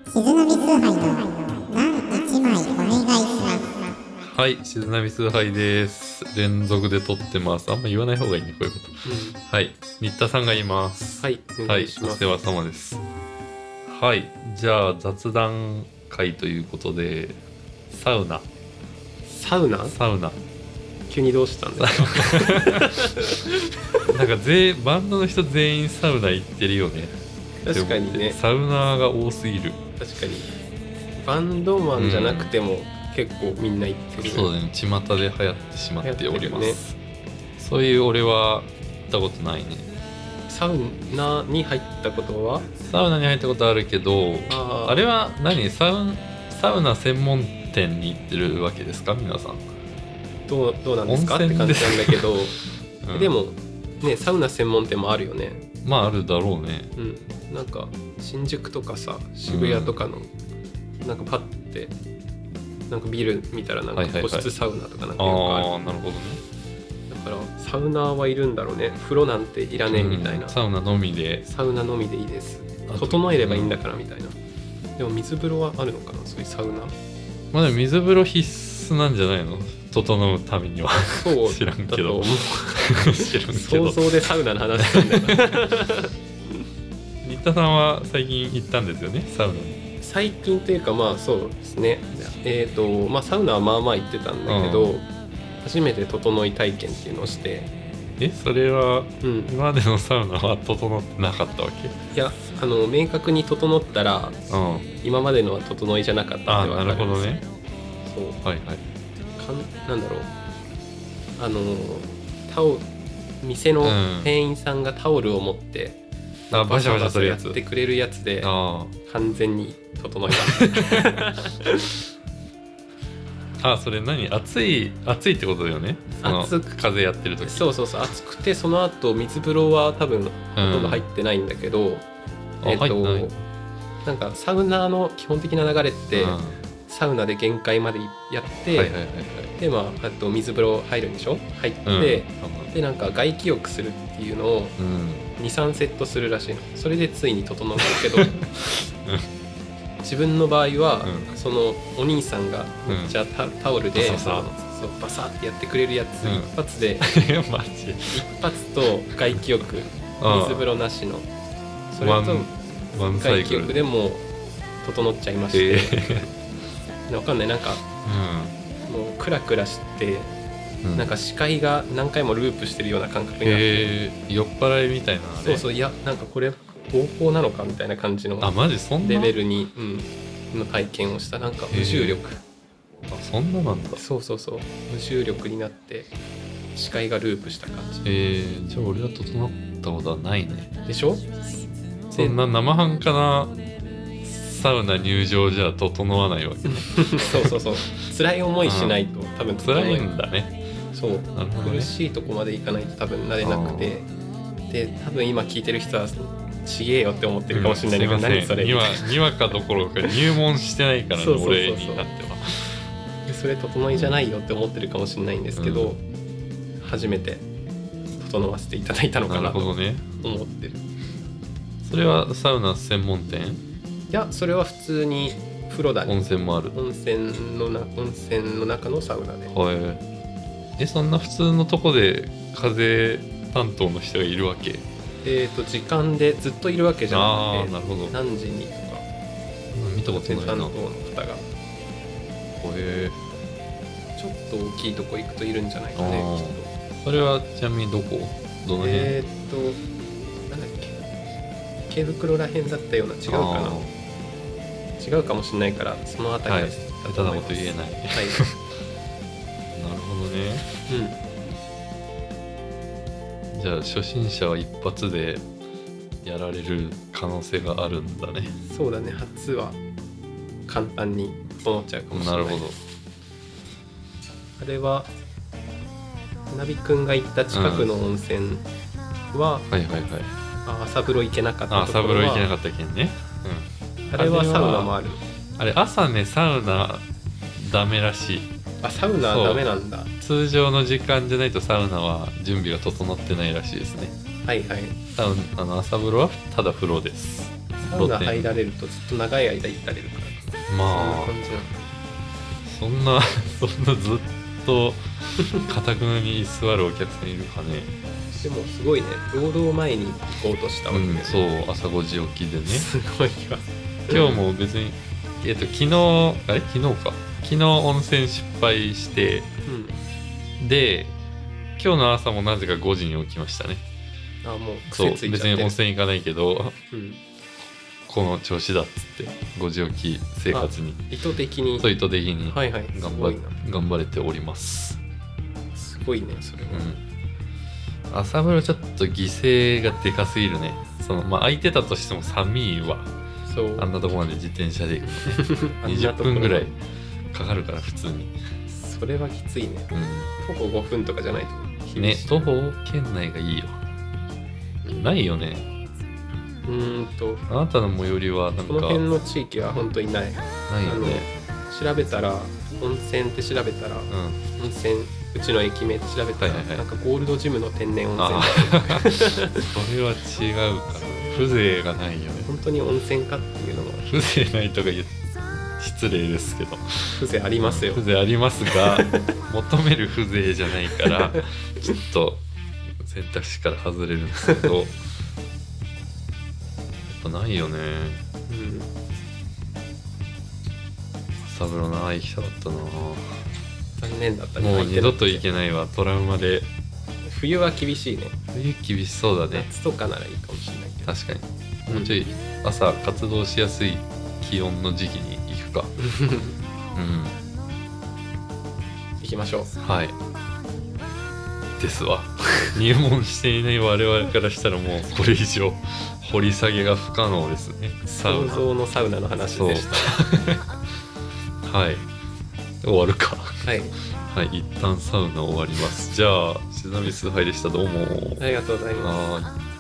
静波崇拝の何一枚お願いします。 はい、静波崇拝です。連続で撮ってます。あんま言わない方がいいね、こういうこと。はい、新田さんがいます。 はい、お願いします。 はい、お世話様です。はい、じゃあ雑談会ということで、サウナ。 急にどうしたんですか？ なんかバンドの人全員サウナ行ってるよね。 確かにね。 サウナーが多すぎる。 確かに。バンドマンじゃなくても、結構みんな行ってる。 そうだね。巷で流行ってしまっております。 ね、 そういう俺は行ったことないね。 サウナに入ったことは？ サウナに入ったことあるけど、あれは何？サウナ専門店に行ってるわけですか皆さん？ どうなんですかって感じなんだけど、でもね、サウナ専門店もあるよね。 まああるだろうね。 なんか新宿とかさ、渋谷とかの、なんかパッてなんかビル見たらなんか個室サウナとかなんかよくある。 ああ、なるほどね。 だからサウナーはいるんだろうね。風呂なんていらねえみたいな。 サウナのみで。 サウナのみでいいです。整えればいいんだからみたいな。でも水風呂はあるのかな、そういうサウナ。 まあでも水風呂必須なんじゃないの？整うためには。 そう知らんけど。知らんけど。 想像でサウナの話なんだよ。 新田さんは最近行ったんですよね、サウナに。 最近というか、まあそうですね。まあサウナはまあまあ行ってたんだけど、初めて整い体験っていうのをして。 それは、今までのサウナは整ってなかったわけ？ いや、明確に整ったら、今までのは整いじゃなかったって分かるんですよ。 なるほどね。 そう。 はいはい。 なんだろう、店の店員さんがタオルを持って、 バシャバシャするやつやってくれるやつで完全に整います。 それ何？暑いってことだよね。風やってる時。 そう暑くて、その後水風呂は多分ほとんど入ってないんだけど、なんかサウナーの基本的な流れって、サウナで限界までやって、でまあ、あと水風呂入るんでしょ？入って、でなんか外気浴するっていうのを 2,3 セットするらしいの。それでついに整うんだけど、自分の場合は、そのお兄さんがめっちゃタオルでバサってやってくれるやつ、一発で一発と外気浴、水風呂なしのそれと外気浴でも整っちゃいまして、わかんない、なんか、もうクラクラして、なんか視界が何回もループしてるような感覚になって、 酔っ払いみたいな。 そう、いや、なんかこれ合法なのかみたいな感じのレベルに、の体験をした。なんか無重力。 そんななんだ。 そう無重力になって視界がループした感じ。 じゃあ俺は整ったことはないね。 でしょ？ そんな生半可なサウナ入場じゃ整わないわけね。 そう辛い思いしないと多分辛いんだね。 そう、苦しいとこまでいかないと多分慣れなくて、で多分今聞いてる人はちげえよって思ってるかもしれないけど、何それにわかどころか入門してないからね。俺になってはそれ整いじゃないよって思ってるかもしれないんですけど、初めて整わせていただいたのかなと思ってる。 それはサウナ専門店？ いや、それは普通に風呂だね。 温泉もある。 温泉の中のサウナで。 そんな普通のとこで風担当の人がいるわけ？ 時間でずっといるわけじゃなくて、 なるほど。 何時にとか見たことないな。 担当の方がちょっと大きいとこ行くといるんじゃないかね、きっと。 それはちなみにどの辺？なんだっけ、池袋ら辺だったような。違うかな、違うかもしれないから、そのあたりだと思います。 下手なこと言えない。なるほどね。じゃあ初心者は一発でやられる可能性があるんだね。 そうだね、初は簡単に整っちゃうかもしれない。 なるほど。 あれはなびくんが行った近くの温泉は、朝風呂行けなかったところは、 朝風呂行けなかったけんね。 あれはサウナもある。 あれ朝ね、サウナダメらしい。 サウナダメなんだ。 通常の時間じゃないとサウナは準備が整ってないらしいですね。 朝風呂はただ風呂です。 サウナ入られるとずっと長い間いられるから、 まあそんな感じなの。 そんなずっと固くなに居座るお客さんいるかね。 でもすごいね、労働前に行こうとしたわけね、 そう朝5時起きでね。 すごいわ。 今日も別に昨日温泉失敗して、で今日の朝もなぜか5時に起きましたね。 あ、もうそう癖ついちゃって。 別に温泉行かないけど、 うん、 この調子だっつって5時起き生活に意図的にそう意図的にはいはい、すごいな。 頑張れております。 すごいねそれは。 朝風呂ちょっと犠牲がでかすぎるね。空いてたとしても寒いわ。 そうあんなとこまで自転車で行くのね20分ぐらいかかるから普通に。それはきついね。徒歩5分とかじゃないとね。徒歩圏内がいいよ。ないよね。あなたの最寄りはなんかこの辺の地域は本当にない。 ないよね。 調べたら温泉って調べたら、温泉うちの駅名って調べたら、なんかゴールドジムの天然温泉それは違うから風情がないよね。 本当に温泉かっていうのも風情ないとか言って失礼ですけど風情ありますよ。 風情ありますが求める風情じゃないからちょっと選択肢から外れるんですけどやっぱないよね。朝風呂な行きたかったな。 残念だったね。 もう二度と行けないわ。トラウマで。 冬は厳しいね。 冬厳しそうだね。 夏とかならいいかもしれないけど。 確かにもうちょい朝活動しやすい気温の時期に行くか行きましょう。 はいですわ入門していない我々からしたらもうこれ以上掘り下げが不可能ですね。 想像のサウナの話でしたはい終わるか。 はい一旦サウナ終わります。じゃあ静波崇拝でした。どうもありがとうございます。